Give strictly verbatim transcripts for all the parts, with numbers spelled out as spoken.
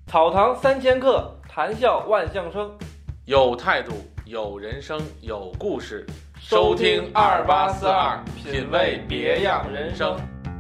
草堂三千客，谈笑万象生。 有态度，有人生，有故事。 收听二八四二，品味别样人生。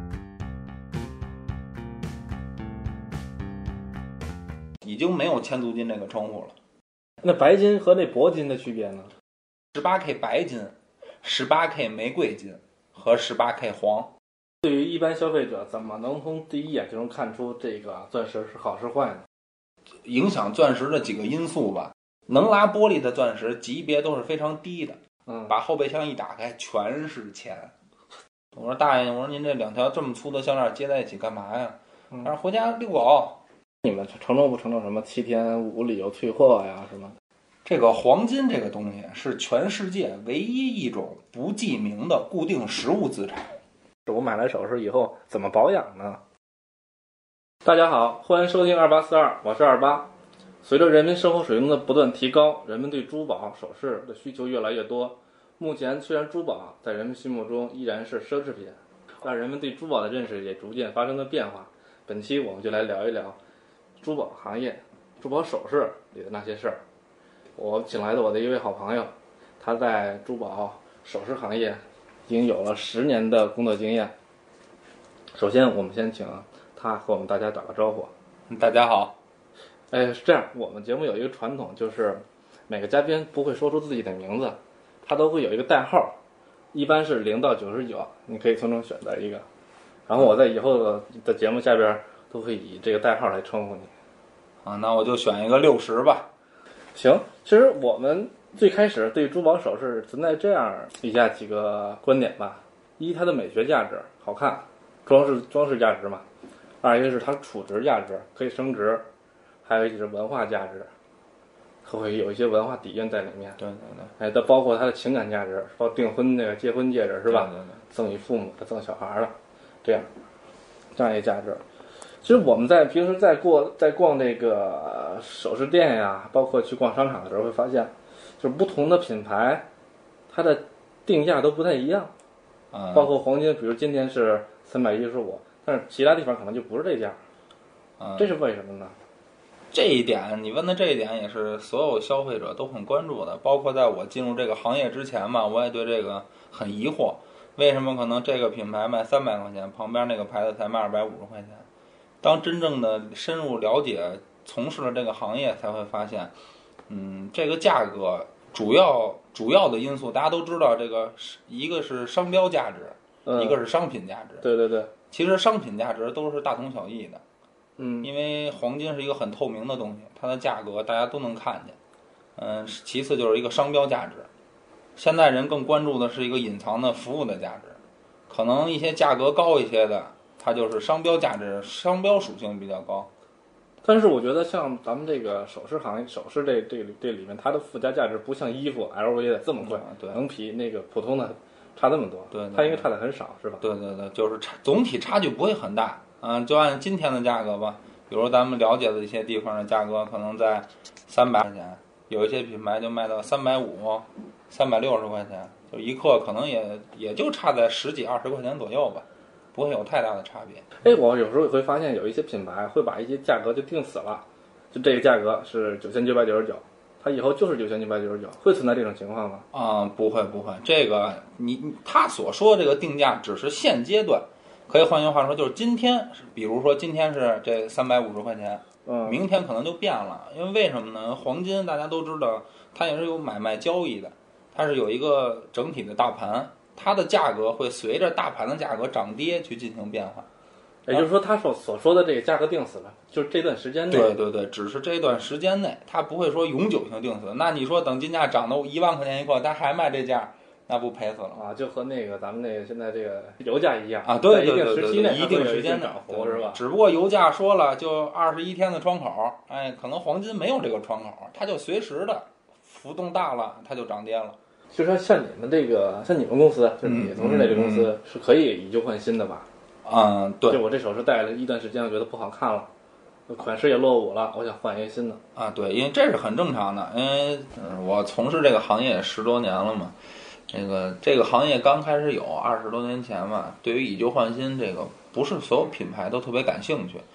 已经没有千足金这个称呼了。 那白金和那铂金的区别呢？ 十八 K 白金、十八 K 玫瑰金和十八 K 黄。 对于一般消费者，怎么能从第一眼就能看出这个钻石是好是坏呢？ 影响钻石的几个因素吧，能拉玻璃的钻石级别都是非常低的。 嗯， 把后备箱一打开，全是钱。我说大爷，我说您这两条这么粗的项链接在一起干嘛呀？ 嗯、 他说回家遛狗。 你们承诺不承诺什么七天无理由退货呀什么？ 这个黄金这个东西是全世界唯一一种不记名的固定实物资产。 我买来首饰以后怎么保养呢？大家好，欢迎收听二八四二，我是二八。随着人民生活水平的不断提高，人们对珠宝首饰的需求越来越多。目前虽然珠宝在人们心目中依然是奢侈品，但人们对珠宝的认识也逐渐发生了变化。本期我们就来聊一聊珠宝行业、珠宝首饰里的那些事儿。我请来了我的一位好朋友，他在珠宝首饰行业已经有了十年的工作经验。首先我们先请他和我们大家打个招呼。 大家好。 哎，是这样，我们节目有一个传统，就是每个嘉宾不会说出自己的名字，他都会有一个代号，一般是零到九十九，你可以从中选择一个，然后我在以后的的节目下边都会以这个代号来称呼你。 啊，那我就选一个六十吧。 行，其实我们最开始对珠宝首饰存在这样以下几个观点吧：一，它的美学价值，好看，装饰装饰价值嘛；二，一个是它储值价值，可以升值；还有一个是文化价值，会有一些文化底蕴在里面。 对对对， 哎，它包括它的情感价值，包括订婚那个结婚戒指是吧？ 对对对， 赠与父母的、赠小孩的，这样这样一个价值。其实我们在平时在过在逛这个首饰店呀，包括去逛商场的时候，会发现，就是不同的品牌，它的定价都不太一样。 嗯， 包括黄金，比如今天是三百一十五，但是其他地方可能就不是这价。 嗯， 这是为什么呢？ 这一点，你问的这一点也是所有消费者都很关注的。包括在我进入这个行业之前嘛，我也对这个很疑惑，为什么可能这个品牌卖三百块钱，旁边那个牌子才卖二百五十块钱？当真正的深入了解、从事了这个行业，才会发现，嗯，这个价格主要主要的因素大家都知道，这个一个是商标价值， 嗯、 一个是商品价值。 对对对， 其实商品价值都是大同小异的。 嗯， 因为黄金是一个很透明的东西，它的价格大家都能看见。嗯，其次就是一个商标价值。现在人更关注的是一个隐藏的服务的价值，可能一些价格高一些的，它就是商标价值，商标属性比较高。 但是我觉得像咱们这个首饰行业，首饰这这这里面，它的附加价值不像衣服 L V 的这么贵， 对， 能比那个普通的差这么多。 对， 它应该差的很少，是吧？ 对对对，就是差总体差距不会很大。嗯，就按今天的价格吧，比如咱们了解的一些地方的价格，可能在三百块钱，有一些品牌就卖到三百五、三百六十块钱，就一克可能也也就差在十几二十块钱左右吧，不会有太大的差别。 哎，我有时候也会发现有一些品牌会把一些价格就定死了，就这个价格是九千九百九十九，它以后就是九千九百九十九，会存在这种情况吗？ 啊、嗯，不会不会，这个你他所说的这个定价只是现阶段。可以换句话说，就是今天，比如说今天是这三百五十块钱， 嗯， 明天可能就变了，因为为什么呢？黄金大家都知道，它也是有买卖交易的，它是有一个整体的大盘，它的价格会随着大盘的价格涨跌去进行变化。 也就是说，他所所说的这个价格定死了，就是这段时间内。 对对对，只是这段时间内，它不会说永久性定死。那你说等金价涨到一万块钱一克，它还卖这价？那不赔死了啊！就和那个咱们那个现在这个油价一样啊，对对对对对， 一定时间涨幅是吧？ 只不过油价说了就二十一天的窗口，哎，可能黄金没有这个窗口，它就随时的浮动大了，它就涨跌了。 就说像你们这个，像你们公司，就是你从事那个公司、嗯、是可以以旧换新的吧？ 嗯，对。 就我这首饰戴了一段时间，我觉得不好看了。款式也落伍了，我想换一个新的啊。对，因为这是很正常的，因为、嗯、我从事这个行业十多年了嘛。这个这个行业刚开始有二十多年前嘛，对于以旧换新这个不是所有品牌都特别感兴趣，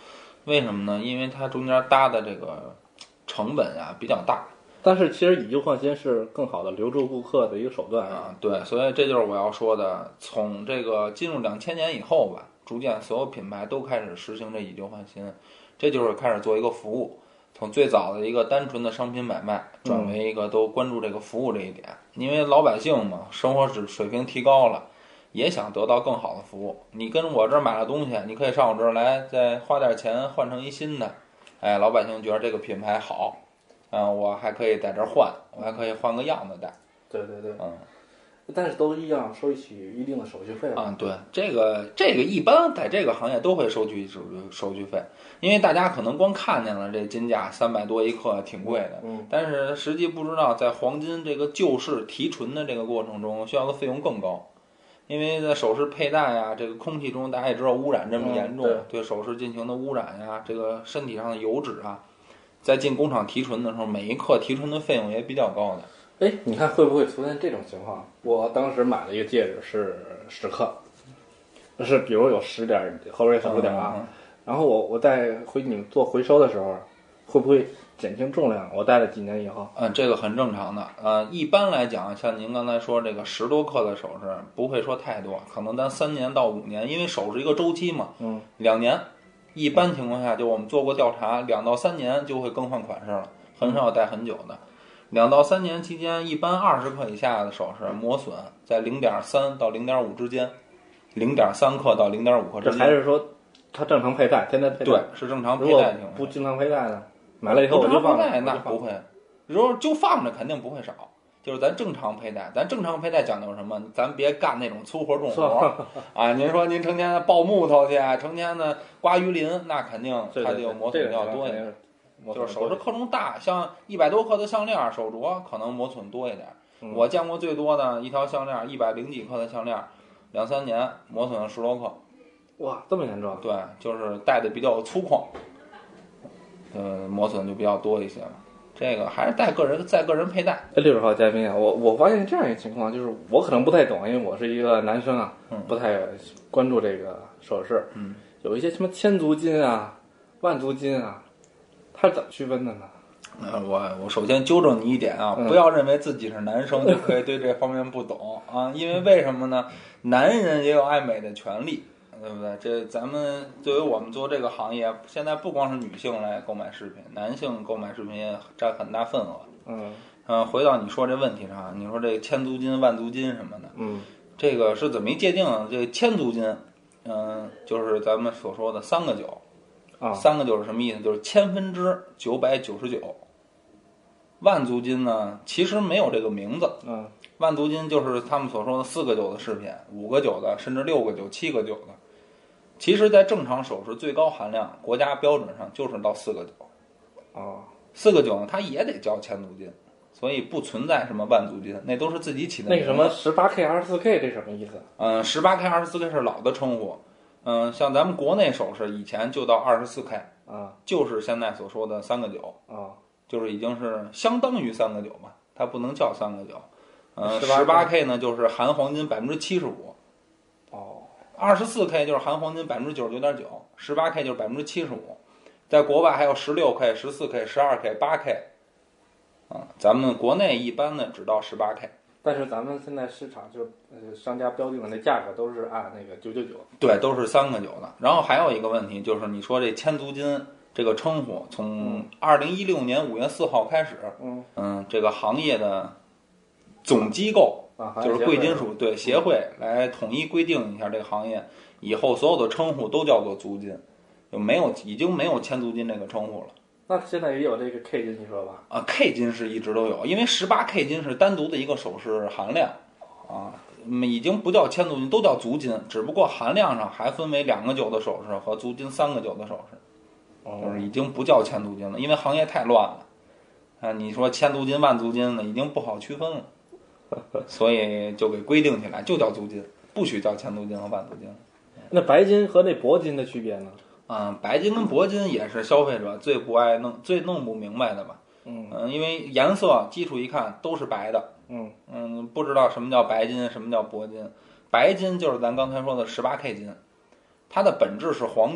为什么呢？因为它中间搭的这个成本呀比较大。 但是其实以旧换新是更好的留住顾客的一个手段啊，对，所以这就是我要说的，从这个进入两千年以后吧，逐渐所有品牌都开始实行这以旧换新，这就是开始做一个服务，从最早的一个单纯的商品买卖，转为一个都关注这个服务这一点，因为老百姓嘛，生活水水平提高了，也想得到更好的服务。你跟我这儿买了东西，你可以上我这儿来，再花点钱换成一新的，哎，老百姓觉得这个品牌好。嗯，我还可以在这儿换，我还可以换个样子戴。 对对对， 嗯， 但是都一样收取一定的手续费啊。对，这个这个一般在这个行业都会收取手续手续费，因为大家可能光看见了这金价三百多一克挺贵的， 嗯， 但是实际不知道在黄金这个旧式提纯的这个过程中需要的费用更高，因为在首饰佩戴呀，这个空气中大家也知道污染这么严重， 嗯、 对, 对首饰进行的污染呀，这个身体上的油脂啊。在进工厂提纯的时候，每一克提纯的费用也比较高的。哎，你看会不会出现这种情况？我当时买了一个戒指是十克，是比如有十点，后边也少点啊。嗯嗯、然后我我在回你们做回收的时候，会不会减轻重量？我戴了几年以后， 嗯，这个很正常的。呃，一般来讲，像您刚才说这个十多克的首饰，不会说太多，可能咱三年到五年，因为首饰一个周期嘛， 嗯， 两年。一般情况下，就我们做过调查，两到三年就会更换款式了，很少要戴很久的。两到三年期间，一般二十克以下的首饰磨损在零点三到零点五之间，零点三克到零点五克之间。 这还是说它正常佩戴，天天佩戴？ 对，是正常佩戴情况。 不经常佩戴呢，买了以后我就放着。 那不会，如果就放着肯定不会少。就是咱正常佩戴，咱正常佩戴讲究什么？咱别干那种粗活重活啊！您说您成天的抱木头去，成天的刮鱼鳞，那肯定还得有磨损要多一点。就是首饰克重大，像一百多克的项链、手镯可能磨损多一点。 嗯、 我见过最多的一条项链，一百零几克的项链，两三年磨损了十多克。 哇，这么严重？ 对，就是戴的比较粗犷，嗯，磨损就比较多一些了。这个还是带个人在个人佩戴。 六十号嘉宾啊，我我发现这样一个情况，就是我可能不太懂，因为我是一个男生啊， 嗯、 不太关注这个首饰。 嗯， 有一些什么千足金啊、万足金啊，它是怎么区分的呢？ 呃，我我首先纠正你一点啊， 嗯、 不要认为自己是男生就可以对这方面不懂啊，因为为什么呢？男人也有爱美的权利。对不对？这咱们作为我们做这个行业，现在不光是女性来购买饰品，男性购买饰品也占很大份额。 嗯嗯、呃，回到你说这问题上，你说这千足金、万足金什么的， 嗯， 这个是怎么一界定啊？这个千足金，嗯、呃，就是咱们所说的三个九啊， 三个九是什么意思？就是千分之九百九十九。万足金呢，其实没有这个名字。 嗯， 万足金就是他们所说的四个九的饰品，五个九的，甚至六个九、七个九的。其实，在正常首饰最高含量国家标准上就是到四个九， 哦， 四个九呢，它也得交千足金，所以不存在什么万足金，那都是自己起的名字。 那什么十八 K、二十四 K 这什么意思？ 嗯，十八 K、二十四 K 是老的称呼，嗯，像咱们国内首饰以前就到二十四 K， 啊， 就是现在所说的三个九， 啊， 就是已经是相当于三个九嘛，它不能叫三个九。嗯，十八 K 呢就是含黄金百分之七十五， 哦。 二十四 K 就是含黄金百分之九十九点九，十八 K 就是百分之七十五，在国外还有十六 K、十四 K、十二 K、八 K， 啊，咱们国内一般呢只到十八 K。 但是咱们现在市场就呃商家标定的那价格都是按那个九九九， 对，都是三个九的。然后还有一个问题就是你说这千足金这个称呼，从二零一六年五月四号开始， 嗯嗯，这个行业的总机构。 啊、 就是贵金属对协会来统一规定一下这个行业，以后所有的称呼都叫做足金，就没有已经没有千足金这个称呼了。 那现在也有这个 K 金，你说吧？ 啊 ，K 金是一直都有，因为十八 K 金是单独的一个首饰含量，啊，已经不叫千足金，都叫足金，只不过含量上还分为两个九的首饰和足金三个九的首饰，就是已经不叫千足金了，因为行业太乱了。啊，你说千足金、万足金呢，已经不好区分了。所以就给规定起来，就叫足金，不许叫千足金和万足金。 那白金和那铂金的区别呢？ 嗯，白金跟铂金也是消费者最不爱弄、最弄不明白的吧？ 嗯嗯，因为颜色基础一看都是白的。 嗯嗯，不知道什么叫白金，什么叫铂金。白金就是咱刚才说的十八 K 金，它的本质是黄金，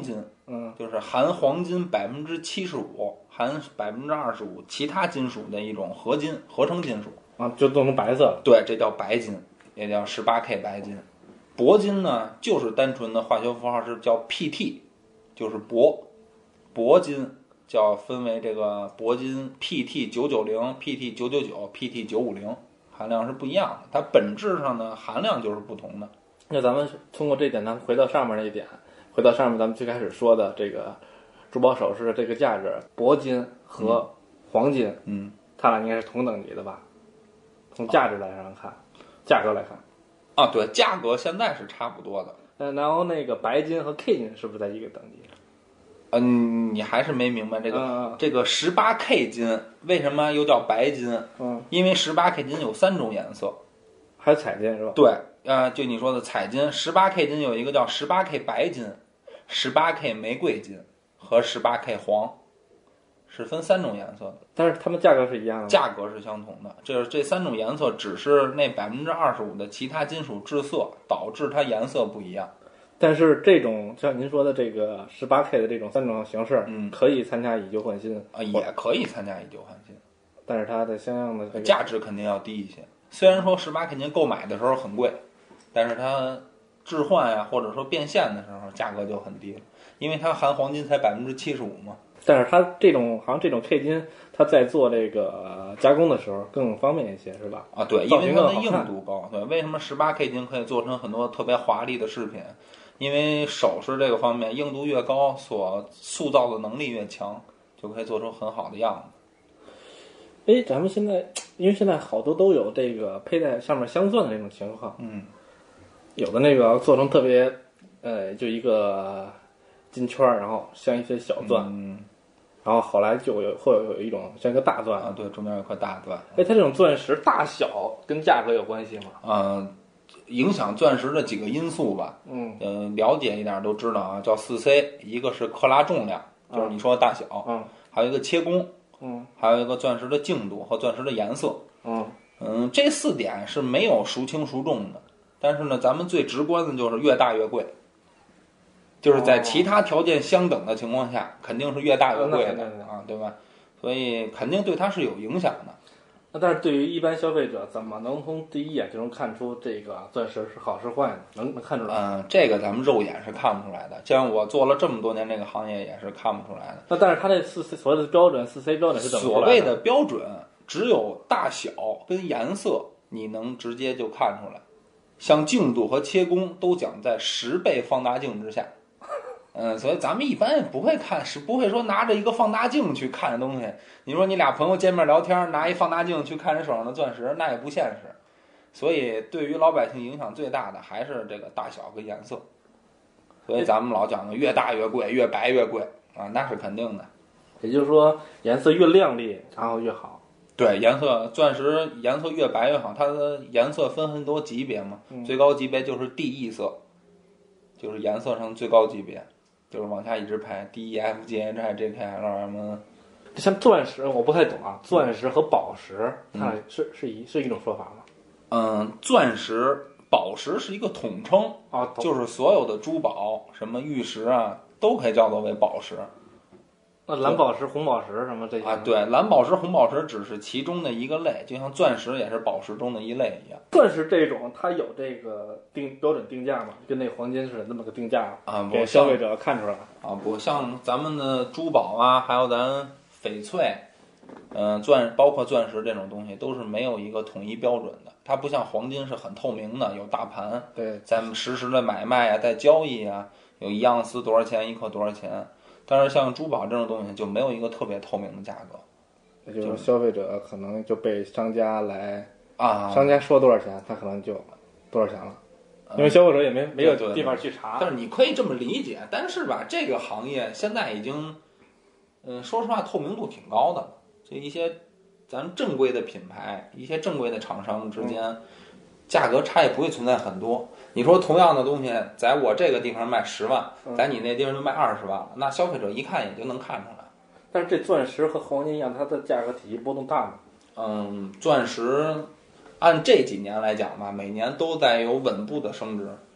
嗯， 就是含黄金百分之七十五，含百分之二十五其他金属的一种合金合成金属啊，就做成白色了。 对，这叫白金，也叫 十八 K 白金。铂金呢，就是单纯的化学符号是叫 P T， 就是铂，铂金叫分为这个铂金 P T 九九零、P T 九九九、P T 九五零，含量是不一样的，它本质上呢含量就是不同的。 那咱们通过这点，咱们回到上面那一点，回到上面咱们最开始说的这个珠宝首饰的这个价值，铂金和黄金， 嗯， 它俩应该是同等级的吧？从价值来上看，价格来看。 啊，对，价格现在是差不多的。 呃，然后那个白金和 K 金是不是在一个等级？ 嗯，你还是没明白这个、 嗯、 这个 十八 K 金为什么又叫白金？ 嗯， 因为 十八 K 金有三种颜色， 还有彩金是吧？ 对，呃，就你说的彩金 ，十八 K 金有一个叫 十八 K 白金、十八 K 玫瑰金和 十八 K 黄，是分三种颜色的。 但是它们价格是一样的， 价格是相同的。这这三种颜色只是那百分之二十五的其他金属致色导致它颜色不一样。 但是这种像您说的这个 十八 K 的这种三种形式， 嗯， 可以参加以旧换新啊，也可以参加以旧换新， 但是它的相应的、这个、 价值肯定要低一些。虽然说 十八 K 金购买的时候很贵，但是它置换呀、啊、或者说变现的时候价格就很低了，因为它含黄金才百分之七十五嘛。 但是它这种好像这种 K 金，它在做这个加工的时候更方便一些，是吧？ 啊，对，因为它的硬度高。对，为什么 十八 K 金可以做成很多特别华丽的饰品？因为首饰这个方面硬度越高，所塑造的能力越强，就可以做出很好的样子。哎，咱们现在因为现在好多都有这个佩戴上面镶钻的这种情况， 嗯， 有的那个做成特别，呃，就一个金圈，然后镶一些小钻。 嗯， 然后后来就有会有有一种像一个大钻啊，对，中间有块大钻。 哎，它这种钻石大小跟价格有关系吗？ 嗯，影响钻石的几个因素吧。 嗯， 呃，了解一点都知道啊，叫四 C， 一个是克拉重量，就是你说的大小， 嗯， 还有一个切工， 嗯， 还有一个钻石的净度和钻石的颜色。 嗯嗯，这四点是没有孰轻孰重的，但是呢，咱们最直观的就是越大越贵。就是在其他条件相等的情况下，肯定是越大越贵的啊，对吧？所以肯定对它是有影响的。 那但是对于一般消费者，怎么能从第一眼就能看出这个钻石是好是坏呢？能能看出来？ 嗯，这个咱们肉眼是看不出来的。像我做了这么多年这个行业，也是看不出来的。 那但是它这四 C 所谓的标准，四 C 标准是怎么所谓的标准？只有大小跟颜色，你能直接就看出来。像净度和切工都讲在十倍放大镜之下。嗯，所以咱们一般也不会看，是不会说拿着一个放大镜去看东西。你说你俩朋友见面聊天，拿一放大镜去看人手上的钻石，那也不现实。所以对于老百姓影响最大的还是这个大小跟颜色。所以咱们老讲的越大越贵，越白越贵啊，那是肯定的。 也就是说，颜色越亮丽，然后越好。 对，颜色钻石颜色越白越好，它的颜色分很多级别嘛， 嗯、 最高级别就是 D E 色，就是颜色上最高级别。就是往下一直排 D E F G H I J K L M N。 像钻石我不太懂啊，钻石和宝石它俩是、嗯、是一是一种说法吗？ 嗯，钻石、宝石是一个统称啊， 就是所有的珠宝，什么玉石啊，都可以叫做为宝石。 那蓝宝石、红宝石什么这些啊？对，蓝宝石、红宝石只是其中的一个类，就像钻石也是宝石中的一类一样。 钻石这种它有这个定标准定价吗？跟那黄金似的那么个定价啊， 给消费者看出来啊？不像咱们的珠宝啊，还有咱翡翠，嗯、呃，钻包括钻石这种东西都是没有一个统一标准的。它不像黄金是很透明的，有大盘， 对， 咱们实时的买卖啊，在交易啊，有一盎司多少钱，一克多少钱。但是像珠宝这种东西就没有一个特别透明的价格， 也就是说消费者可能就被商家来啊， 商家说多少钱，他可能就多少钱了，因为消费者也没没有地方去查。 但是你可以这么理解，但是吧，这个行业现在已经，嗯，说实话透明度挺高的，就一些咱正规的品牌，一些正规的厂商之间。嗯，价格差也不会存在很多。你说同样的东西，在我这个地方卖十万，在你那地方就卖二十万了，那消费者一看也就能看出来。 但是这钻石和黄金一样，它的价格体系波动大吗？ 嗯，钻石按这几年来讲吧，每年都在有稳步的升值。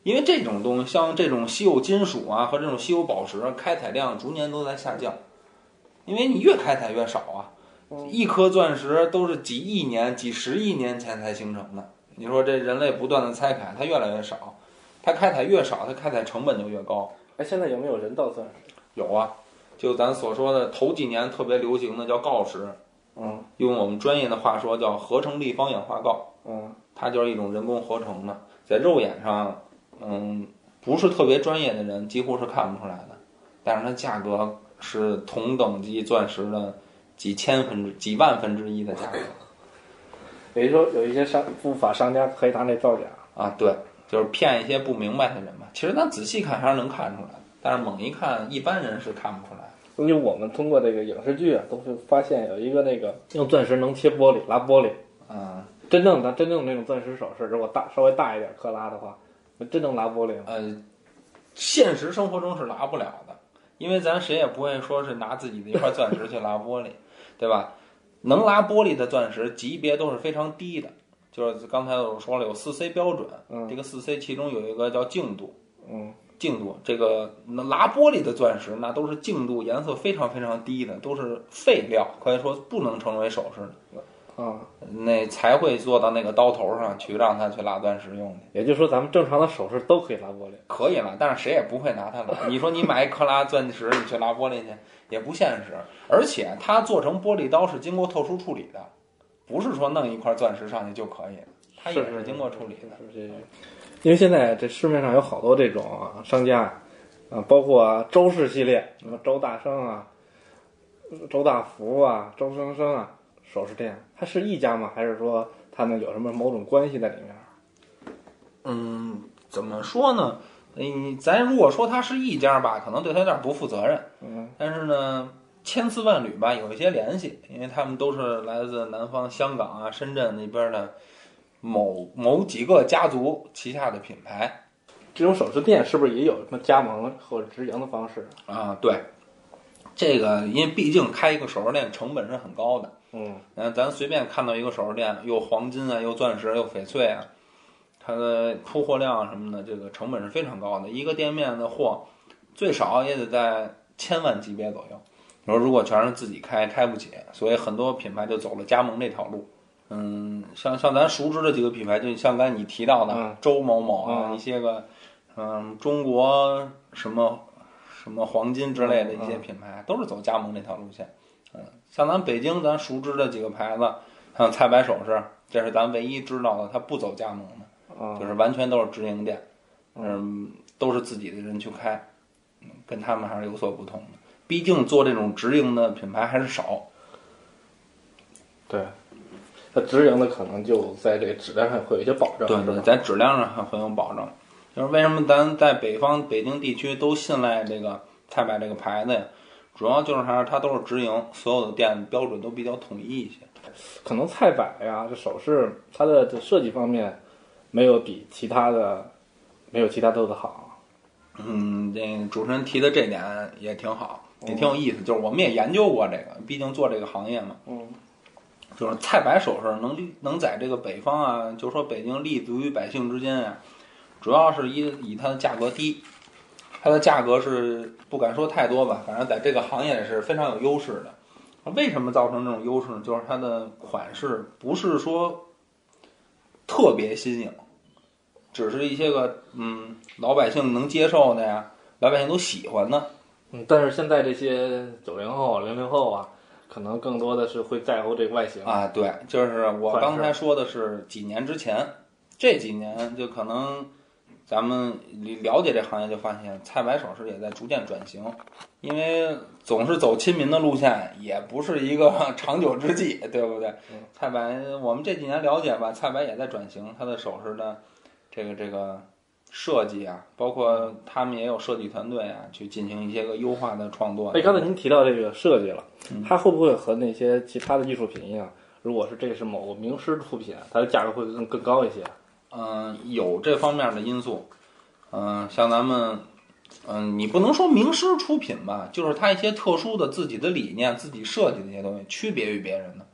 因为这种东西，像这种稀有金属啊和这种稀有宝石，开采量逐年都在下降，因为你越开采越少啊。一颗钻石都是几亿年、几十亿年前才形成的，你说这人类不断的开采，它越来越少，它开采越少，它开采成本就越高。 哎，现在有没有人造钻石？ 有啊，就咱所说的头几年特别流行的叫锆石， 嗯， 用我们专业的话说叫合成立方氧化锆， 嗯， 它就是一种人工合成的，在肉眼上，嗯，不是特别专业的人几乎是看不出来的，但是它价格是同等级钻石的几千分之、几万分之一的价格。 也就是说，有一些商不法商家可以拿那造假啊，对，就是骗一些不明白的人嘛。其实咱仔细看还是能看出来，但是猛一看，一般人是看不出来。 因为我们通过这个影视剧啊，都会发现有一个那个用钻石能切玻璃、拉玻璃。 嗯， 真正的真正那种钻石首饰，如果大稍微大一点克拉的话，真能拉玻璃吗？ 呃，现实生活中是拉不了的，因为咱谁也不会说是拿自己的一块钻石去拉玻璃，对吧？能拉玻璃的钻石级别都是非常低的，就是刚才我说了有四 C 标准， 嗯， 这个四 C 其中有一个叫净度， 嗯，净度这个能拉玻璃的钻石那都是净度颜色非常非常低的，都是废料，可以说不能成为首饰的。 啊， 那才会做到那个刀头上去让它去拉钻石用的。 也就是说，咱们正常的首饰都可以拉玻璃， 可以了，但是谁也不会拿它拉。你说你买一克拉钻石，你去拉玻璃去，也不现实。而且它做成玻璃刀是经过特殊处理的，不是说弄一块钻石上去就可以了，它也是经过处理的。 是是是，因为现在这市面上有好多这种啊商家啊，包括周氏系列，什么周大生啊、周大福啊、周生生啊。首饰店，它是一家吗？还是说他们有什么某种关系在里面？ 嗯，怎么说呢？嗯，咱如果说它是一家吧，可能对他有点不负责任。 嗯， 但是呢，千丝万缕吧，有一些联系，因为他们都是来自南方香港啊、深圳那边的某某几个家族旗下的品牌。 这种首饰店是不是也有什么加盟或者直营的方式啊？对，这个因为毕竟开一个首饰店成本是很高的。 嗯， 咱随便看到一个首饰店，又黄金啊，又钻石，又翡翠啊，它的铺货量什么的，这个成本是非常高的。一个店面的货，最少也得在千万级别左右。你说如果全是自己开，开不起，所以很多品牌就走了加盟这条路。嗯，像像咱熟知的几个品牌，就像刚才你提到的、嗯、周某某啊， 嗯、 一些个嗯中国什么什么黄金之类的一些品牌， 嗯、 都是走加盟这条路线。嗯，像咱北京咱熟知的几个牌子，像蔡白首饰，这是咱唯一知道的，它不走加盟的， 嗯、 就是完全都是直营店，嗯，都是自己的人去开，嗯，跟他们还是有所不同的。毕竟做这种直营的品牌还是少。 对，它直营的可能就在这个质量上会有一些保证。 对对，在质量上还会有保证。就是为什么咱在北方北京地区都信赖这个蔡白这个牌子呀？主要就是还是它都是直营，所有的店标准都比较统一一些。 可能蔡白呀，这首饰它的设计方面没有比其他的没有其他做的好。 嗯，这主持人提的这点也挺好，也挺有意思。嗯、就是我们也研究过这个，毕竟做这个行业嘛。 嗯， 就是蔡白首饰能能在这个北方啊，就说北京立足于百姓之间呀、啊，主要是以以它的价格低。它的价格是不敢说太多吧，反正在这个行业是非常有优势的。为什么造成这种优势呢？就是它的款式不是说特别新颖，只是一些个嗯老百姓能接受的呀，老百姓都喜欢的。 嗯，但是现在这些九零后、零零后啊，可能更多的是会在乎这个外形啊。对，就是我刚才说的是几年之前，这几年就可能。咱们了解这行业就发现，蔡白首饰也在逐渐转型，因为总是走亲民的路线，也不是一个长久之计，对不对？ 嗯、 蔡白，我们这几年了解吧，蔡白也在转型，它的首饰的这个这个设计啊，包括他们也有设计团队啊，去进行一些个优化的创作。 哎，刚才您提到这个设计了，嗯、它会不会和那些其他的艺术品一样？如果是这是某个名师出品，它的价格会更更高一些？ 嗯，有这方面的因素，嗯，像咱们，嗯，你不能说名师出品吧，就是他一些特殊的自己的理念、自己设计的一些东西，区别于别人的。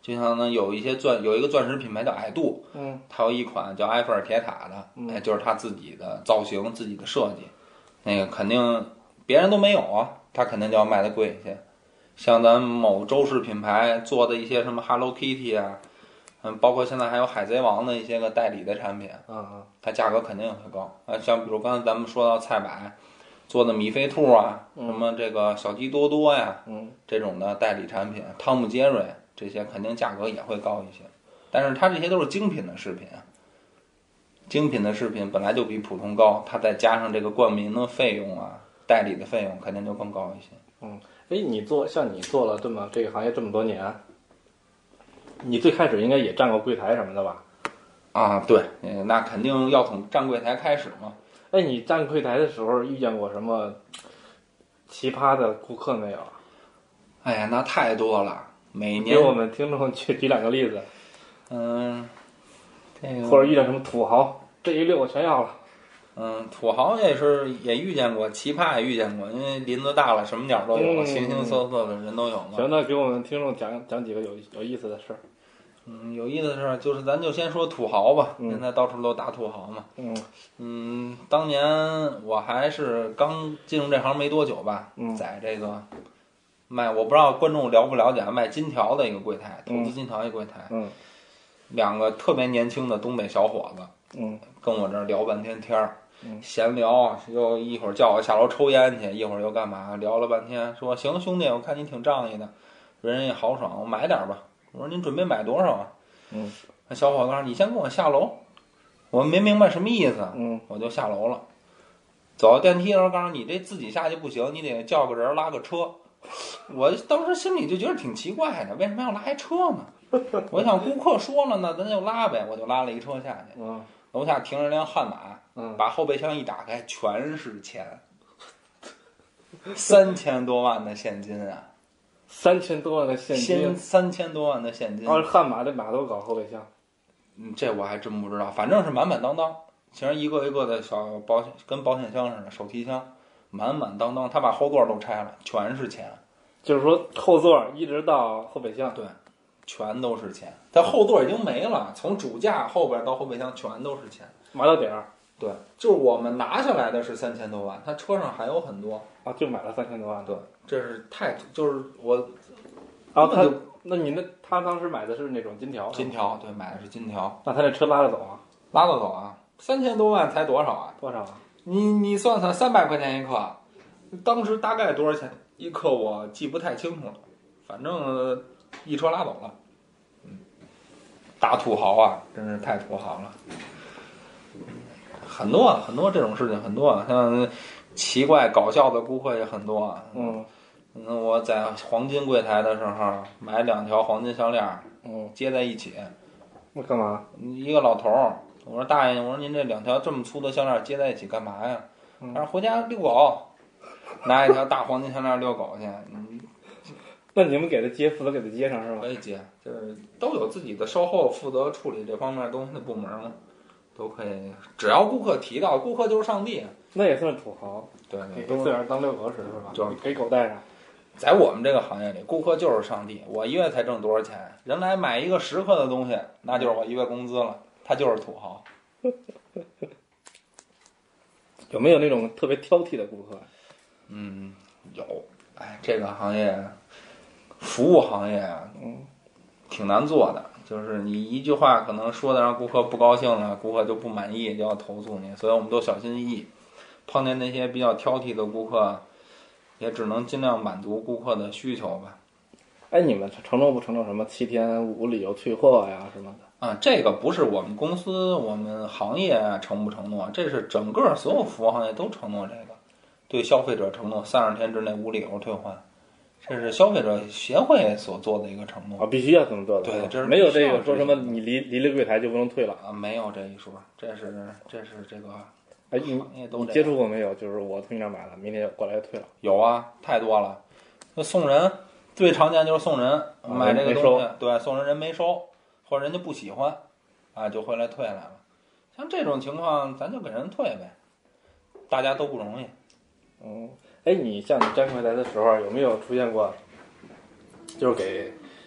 就像呢有一些钻有一个钻石品牌叫矮度， 嗯， 它有一款叫埃菲尔铁塔的， 嗯哎，就是它自己的造型、自己的设计，那个肯定别人都没有啊，它肯定就要卖的贵一些。像咱某周氏品牌做的一些什么 Hello Kitty 啊，嗯，包括现在还有海贼王的一些个代理的产品， 啊啊， 它价格肯定也会高啊。像比如刚才咱们说到菜百做的米菲兔啊， 嗯什么这个小鸡多多呀， 嗯， 这种的代理产品，汤姆杰瑞这些肯定价格也会高一些，但是它这些都是精品的饰品啊，精品的饰品本来就比普通高，它再加上这个冠名的费用啊，代理的费用肯定就更高一些。 嗯，哎，你做像你做了这么这个行业这么多年，你最开始应该也站过柜台什么的吧？ 啊，对，嗯，那肯定要从站柜台开始嘛。 哎，你站柜台的时候遇见过什么奇葩的顾客没有？ 哎呀，那太多了，每给年我们听众去举两个例子， 嗯，这个或者遇见什么土豪，这一溜我全要了。 嗯，土豪也是也遇见过，奇葩也遇见过，因为林子大了，什么鸟都有， 嗯形形色色的人都有嘛。 行，那给我们听众讲讲几个有有意思的事儿。 嗯，有意思的是，就是咱就先说土豪吧， 嗯现在到处都打土豪嘛。 嗯嗯，当年我还是刚进入这行没多久吧， 嗯在这个卖，我不知道观众了不了解卖金条的一个柜台，投资金条一个柜台， 嗯两个特别年轻的东北小伙子嗯跟我这儿聊半天天儿。 嗯闲聊，又一会儿叫我下楼抽烟去，一会儿又干嘛？聊了半天，说行兄弟，我看你挺仗义的，人也豪爽，我买点吧。我说您准备买多少啊？ 嗯， 那小伙子说你先跟我下楼，我没明白什么意思， 嗯我就下楼了。走到电梯的时候，告诉你这自己下去不行，你得叫个人拉个车。我当时心里就觉得挺奇怪的，为什么要拉一车呢？我想顾客说了呢，咱就拉呗，我就拉了一车下去。 嗯楼下停着辆悍马， 嗯， 把后备箱一打开，全是钱，三千多万的现金啊！ 三千多万的现金现，三千多万的现金。 要是悍马这马都搞后备箱。 嗯，这我还真不知道，反正是满满当当，其实一个一个的小保险跟保险箱似的手提箱，满满当当。他把后座都拆了，全是钱。 就是说后座一直到后备箱， 对，全都是钱。他后座已经没了，从主驾后边到后备箱全都是钱。 买到点儿对，就是我们拿下来的是三千多万，他车上还有很多。 啊，就买了三千多万。 对，这是太就是我， 然后他根本就， 那你那他当时买的是那种金条， 金，条，对，买的是金条， 那他这车拉着走啊？ 拉得走啊，三千多万才多少啊？ 多少啊？ 你你算算，三百块钱一克，当时大概多少钱一克我记不太清楚了，反正呃一车拉走了。嗯，大土豪啊，真是太土豪了。很多啊，很多这种事情很多啊，像奇怪搞笑的顾客也很多啊。 嗯嗯，我在黄金柜台的时候买两条黄金项链嗯， 接在一起， 那干嘛？ 一个老头儿，我说大爷，我说您这两条这么粗的项链接在一起干嘛呀？ 嗯他说回家遛狗，拿一条大黄金项链遛狗去。嗯， 那你们给他接，负责给他接上是吧？ 可以接，就是都有自己的售后负责处理这方面东西的部门嘛，都可以。只要顾客提到，顾客就是上帝。 那也算土豪， 对给对，都自个儿当遛狗使是吧？ 就是给狗带上。 在我们这个行业里，顾客就是上帝。我一月才挣多少钱？人来买一个十克的东西，那就是我一月工资了。他就是土豪。 有没有那种特别挑剔的顾客？ 嗯，有。哎，这个行业，服务行业啊， 嗯， 挺难做的。就是你一句话可能说的让顾客不高兴了，顾客就不满意，就要投诉你。所以我们都小心翼翼。碰见那些比较挑剔的顾客，也只能尽量满足顾客的需求吧。 哎，你们承诺不承诺什么七天无理由退货呀什么的？ 啊，这个不是我们公司、我们行业承不承诺，这是整个所有服务行业都承诺这个，对消费者承诺三十天之内无理由退换，这是消费者协会所做的一个承诺啊，必须要这么做的。 对，这是没有这必须要个说什么你离离了柜台就不能退了。 啊，没有这一说，这是这是这个哎，你行业都你接这样触过没有？就是我从你那儿买了，明天过来就退了。 有啊，太多了。那送人最常见就是送人买这个东西，对，送人人没收，或者人家不喜欢，啊，就回来退来了。像这种情况，咱就给人退呗，大家都不容易。 嗯，哎，你像你站柜台的时候，有没有出现过，就是给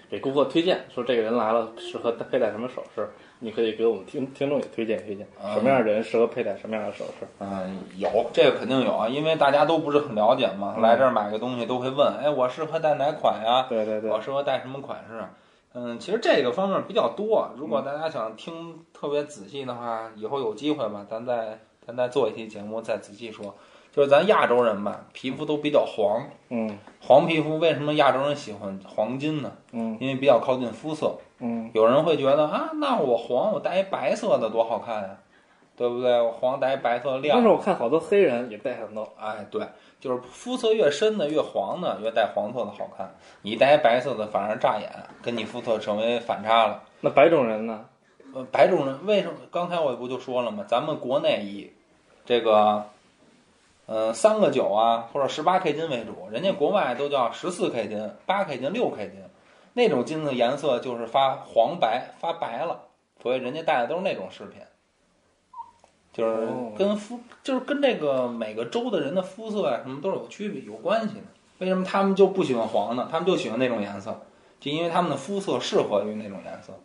给顾客推荐，说这个人来了适合佩戴什么首饰，你可以给我们听听众也推荐推荐，什么样的人适合佩戴什么样的首饰？ 嗯，有这个肯定有啊，因为大家都不是很了解嘛， 嗯、 来这儿买个东西都会问，哎，我适合戴哪款呀？ 对对对， 我适合戴什么款式？嗯，其实这个方面比较多，如果大家想听特别仔细的话，以后有机会吧，咱再咱再做一期节目再仔细说。就是咱亚洲人吧，皮肤都比较黄， 嗯， 黄皮肤为什么亚洲人喜欢黄金呢？ 嗯， 因为比较靠近肤色， 嗯， 有人会觉得啊，那我黄，我戴一白色的多好看呀，对不对？我黄戴一白色亮。 但是我看好多黑人也戴很多， 哎，对，就是肤色越深的越黄的，越戴黄色的好看。你戴一白色的反而扎眼，跟你肤色成为反差了。 那白种人呢？ 呃，白种人为什么？刚才我不就说了吗？咱们国内以这个。嗯，三个九啊，或者十八 K 金为主，人家国外都叫十四 K 金、八 K 金、六 K 金，那种金的颜色就是发黄白、发白了，所以人家戴的都是那种饰品，就是跟肤，就是跟这个每个州的人的肤色啊什么都是有区别、有关系的。为什么他们就不喜欢黄呢？他们就喜欢那种颜色，就因为他们的肤色适合于那种颜色。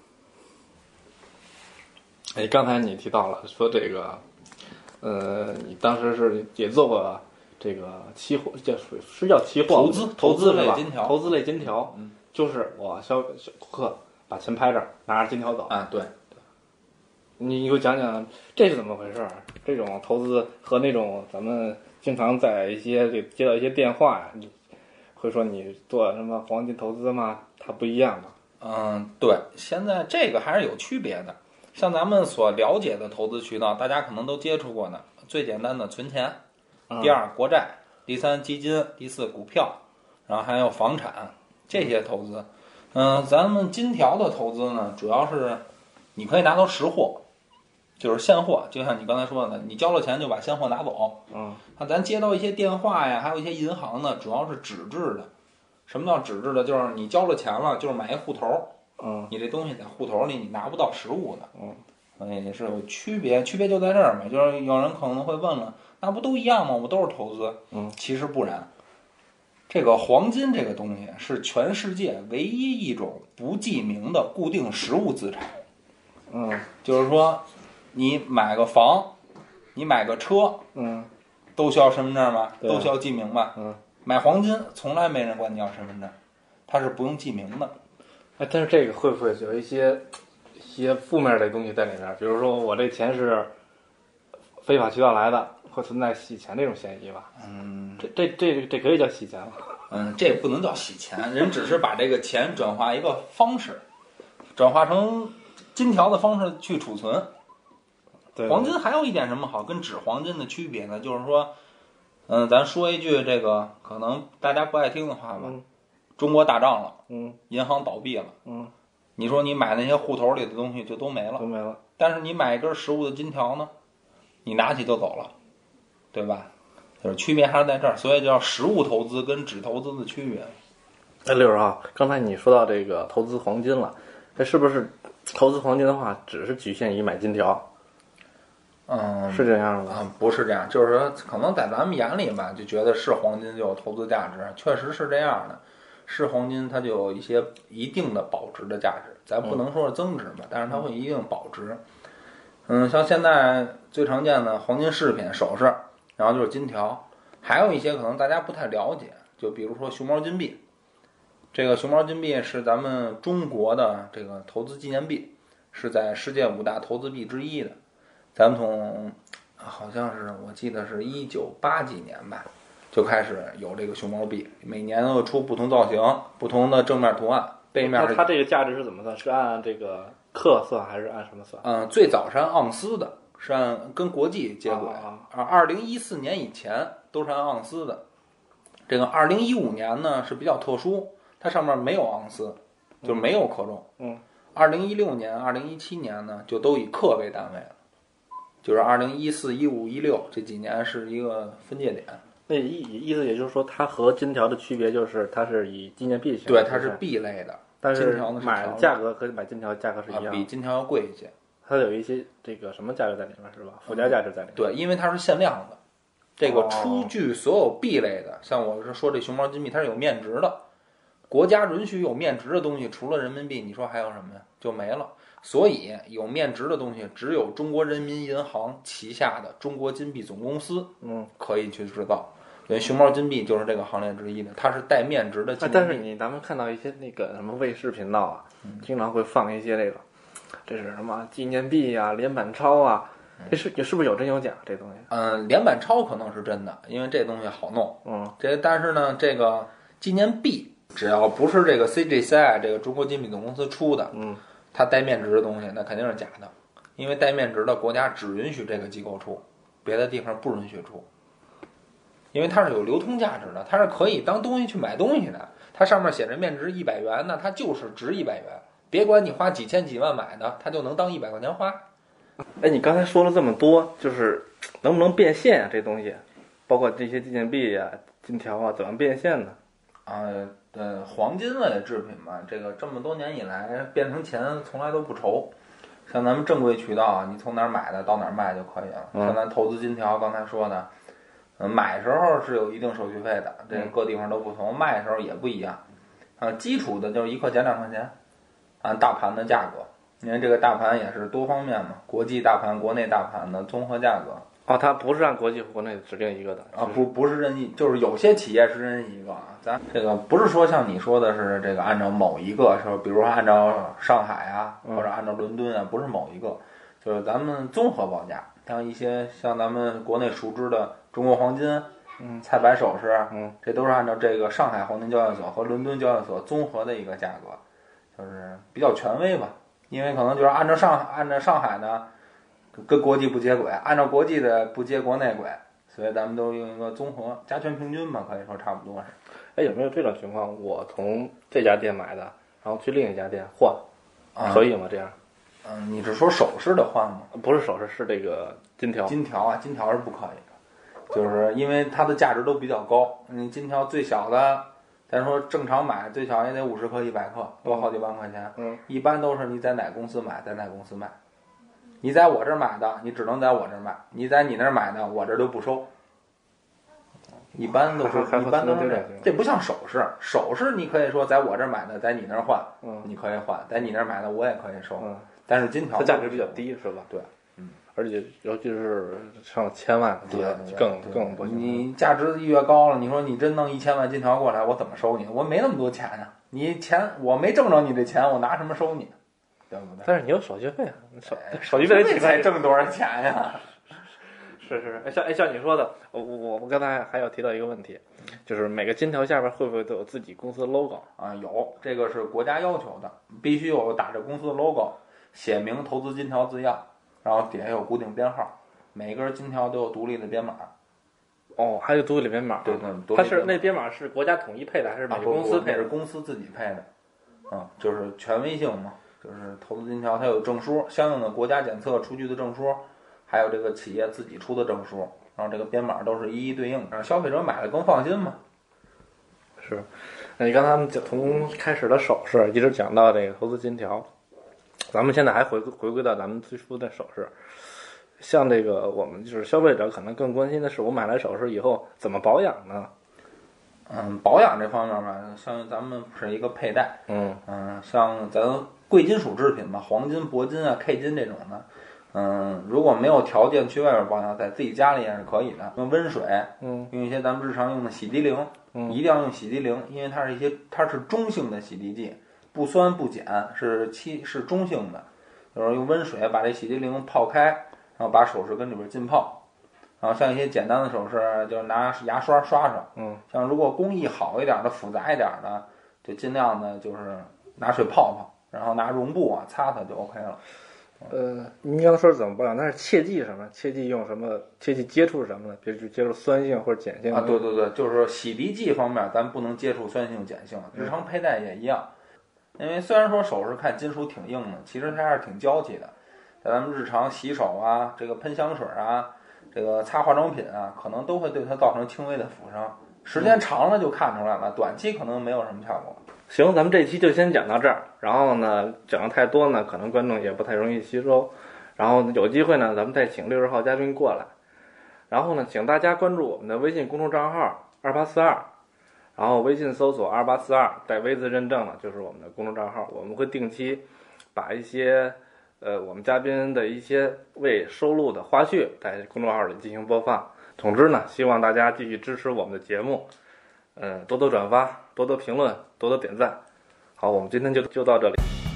哎，刚才你提到了说这个。呃，你当时是也做过这个期货，叫是叫期货投资投资类金条， 投资类金条， 嗯， 就是我消小顾客把钱拍这儿，拿着金条走啊，对， 对，你给我讲讲这是怎么回事？这种投资和那种咱们经常在一些这接到一些电话呀，你会说你做什么黄金投资吗？它不一样吗？ 嗯，对，现在这个还是有区别的。像咱们所了解的投资渠道，大家可能都接触过的，最简单的存钱，第二国债，第三基金，第四股票，然后还有房产这些投资。嗯，咱们金条的投资呢，主要是你可以拿到实货，就是现货，就像你刚才说的，你交了钱就把现货拿走。 嗯， 那咱接到一些电话呀，还有一些银行呢，主要是纸质的。什么叫纸质的？就是你交了钱了，就是买一户头。 嗯， 你这东西在户头里，你拿不到实物的， 嗯， 所以是有区别，区别就在这儿嘛。就是有人可能会问了，那不都一样吗？我都是投资， 嗯， 其实不然。这个黄金这个东西是全世界唯一一种不记名的固定实物资产， 嗯， 就是说，你买个房，你买个车， 嗯， 都需要身份证吗？都需要记名吧？ 嗯， 买黄金从来没人管你要身份证，它是不用记名的。 哎，但是这个会不会有一些一些负面的东西在里面？比如说我这钱是非法渠道来的，会存在洗钱这种嫌疑吧？ 嗯， 这这这这可以叫洗钱吗？ 嗯，这不能叫洗钱，人只是把这个钱转化一个方式，转化成金条的方式去储存。 对， 黄金还有一点什么好跟纸黄金的区别呢？就是说，嗯，咱说一句这个可能大家不爱听的话吧。 嗯， 中国打仗了， 嗯， 银行倒闭了， 嗯， 你说你买那些户头里的东西就都没了， 都没了。 但是你买一根实物的金条呢，你拿起就走了，对吧？就是区别还是在这儿，所以叫实物投资跟纸投资的区别。 哎，六十号，刚才你说到这个投资黄金了，这是不是投资黄金的话，只是局限于买金条？ 嗯， 是这样的。 嗯，不是这样，就是说，可能在咱们眼里吧，就觉得是黄金就有投资价值，确实是这样的。是黄金，它就有一些一定的保值的价值，咱不能说是增值吧，但是它会一定保值。嗯，像现在最常见的黄金饰品、首饰，然后就是金条，还有一些可能大家不太了解，就比如说熊猫金币。这个熊猫金币是咱们中国的这个投资纪念币，是在世界五大投资币之一的。咱们从好像是我记得是一九八几年吧，就开始有这个熊猫币，每年都出不同造型、不同的正面图案，背面那它这个价值是怎么算？是按这个克算还是按什么算？ 嗯，最早是按盎司的，是按跟国际接轨。 啊， 二零一四年以前都是按盎司的。这个二零一五年呢是比较特殊，它上面没有盎司，就是没有克重。 嗯。 二零一六年、二零一七年呢就都以克为单位了，就是二零一四、一五、一六这几年是一个分界点。 那意意思也就是说，它和金条的区别就是它是以纪念币形式， 对，它是币类的， 但是金条呢是买价格和买金条价格是一样的， 啊，比金条要贵一些。 它有一些这个什么价值在里面是吧？附加价值在里面。 对，因为它是限量的。这个出具所有币类的，像我是说这熊猫金币，它是有面值的。 国家允许有面值的东西，除了人民币，你说还有什么呀？就没了。所以有面值的东西，只有中国人民银行旗下的中国金币总公司， 嗯， 可以去制造。因为熊猫金币就是这个行列之一的，它是带面值的金币。 但是你咱们看到一些那个什么卫视频道啊， 嗯、 经常会放一些这个，这是什么纪念币啊、连板钞啊，这是是不是有真有假这东西？ 嗯，连板钞可能是真的，因为这东西好弄。 嗯， 这但是呢，这个纪念币只要不是这个 C G C I 这个中国金币总公司出的， 嗯。 它带面值的东西那肯定是假的，因为带面值的国家只允许这个机构出，别的地方不允许出，因为它是有流通价值的，它是可以当东西去买东西的。它上面写着面值一百元，那它就是值一百元，别管你花几千几万买的，它就能当一百块钱花。 哎，你刚才说了这么多，就是能不能变现啊？这东西，包括这些纪念币呀、金条啊，怎么变现呢？ 啊，呃，黄金类制品嘛，这个这么多年以来变成钱从来都不愁。像咱们正规渠道啊，你从哪儿买的到哪儿卖就可以了。 嗯、 像咱投资金条刚才说的，嗯，买时候是有一定手续费的，这各地方都不同，卖时候也不一样。啊，基础的就是一块钱两块钱，按大盘的价格，因为这个大盘也是多方面嘛，国际大盘、国内大盘的综合价格。 哦，它不是按国际和国内指定一个的啊，不不是任意，就是有些企业是任意一个啊。咱这个不是说像你说的是这个按照某一个，说比如说按照上海啊，或者按照伦敦啊，不是某一个，就是咱们综合报价。像一些像咱们国内熟知的中国黄金、 嗯， 菜百首饰， 嗯， 这都是按照这个上海黄金交易所和伦敦交易所综合的一个价格，就是比较权威吧。因为可能就是按照上按照上海呢。跟国际不接轨，按照国际的不接国内轨，所以咱们都用一个综合加权平均吧，可以说差不多是。 哎，有没有这种情况？我从这家店买的，然后去另一家店换， 啊、 可以吗？这样？ 嗯，你是说首饰的换吗？ 不是首饰，是这个金条。 金条啊，金条是不可以的，就是因为它的价值都比较高。你金条最小的，咱说正常买最小也得五十克、一百克，都好几万块钱。 嗯， 一般都是你在哪公司买，在哪公司卖。你在我这儿买的，你只能在我这儿卖；你在你那儿买的，我这儿就不收。一般都是，一般都是这样。这不像首饰，首饰你可以说在我这儿买的，在你那儿换， 嗯， 你可以换；在你那儿买的，我也可以收。 嗯， 但是金条它价值比较低，是吧？ 对，嗯， 而且尤其是上千万的，更更不行。 你价值越高了，你说你真弄一千万金条过来，我怎么收你？我没那么多钱呀、啊，你钱我没挣着你这钱，我拿什么收你？对不对？ 但是你有手续费啊，手手续费得才挣多少钱呀？ 是是，哎，像哎像你说的，我我我刚才还要提到一个问题，就是每个金条下边会不会都有自己公司的 logo 啊？有，这个是国家要求的，必须有打着公司的 logo， 写明投资金条字样，然后底下有固定编号，每根金条都有独立的编码。 哦，还有独立编码？ 对对， 它是那编码是国家统一配的，还是每个公司配的？ 是公司自己配的，嗯，就是权威性嘛。就是投资金条，它有证书，相应的国家检测出具的证书，还有这个企业自己出的证书，然后这个编码都是一一对应的，让消费者买的更放心嘛。 是，那你刚才们从开始的首饰一直讲到这个投资金条，咱们现在还回回归到咱们最初的首饰，像这个我们就是消费者可能更关心的是，我买来首饰以后怎么保养呢？ 嗯，保养这方面吧，像咱们是一个佩戴， 嗯嗯，像咱贵金属制品吧，黄金、铂金啊、K 金这种的，嗯，如果没有条件去外边保养，在自己家里也是可以的，用温水， 嗯， 用一些咱们日常用的洗涤灵， 嗯， 一定要用洗涤灵，因为它是一些它是中性的洗涤剂，不酸不碱，是七是中性的，就是用温水把这洗涤灵泡开，然后把首饰跟里边浸泡。然后像一些简单的首饰，就是拿牙刷刷刷。 嗯， 像如果工艺好一点的、复杂一点的，就尽量的就是拿水泡泡，然后拿绒布啊擦擦就 OK 了。 呃，您刚才说是怎么保养，但是切记什么？切记用什么？切记接触什么呢？别去接触酸性或者碱性啊。对对对，就是洗涤剂方面，咱不能接触酸性、碱性。日常佩戴也一样，因为虽然说首饰看金属挺硬的，其实它还是挺娇气的。在咱们日常洗手啊，这个喷香水啊。这个擦化妆品啊，可能都会对它造成轻微的腐伤，时间长了就看出来了，短期可能没有什么效果。 行，咱们这期就先讲到这儿。然后呢，讲的太多呢，可能观众也不太容易吸收。然后有机会呢，咱们再请六十号嘉宾过来。然后呢，请大家关注我们的微信公众账号二八四二。 然后微信搜索二八四二带 V 字认证的就是我们的公众账号，我们会定期把一些呃我们嘉宾的一些未收录的花絮在公众号里进行播放。总之呢，希望大家继续支持我们的节目，嗯、呃，多多转发，多多评论，多多点赞。好，我们今天就就到这里。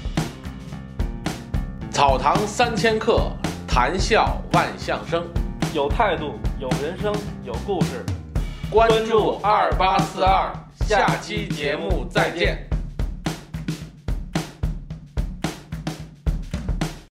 草堂三千客，谈笑万象生。 有态度，有人生，有故事。 关注二八四二，下期节目再见。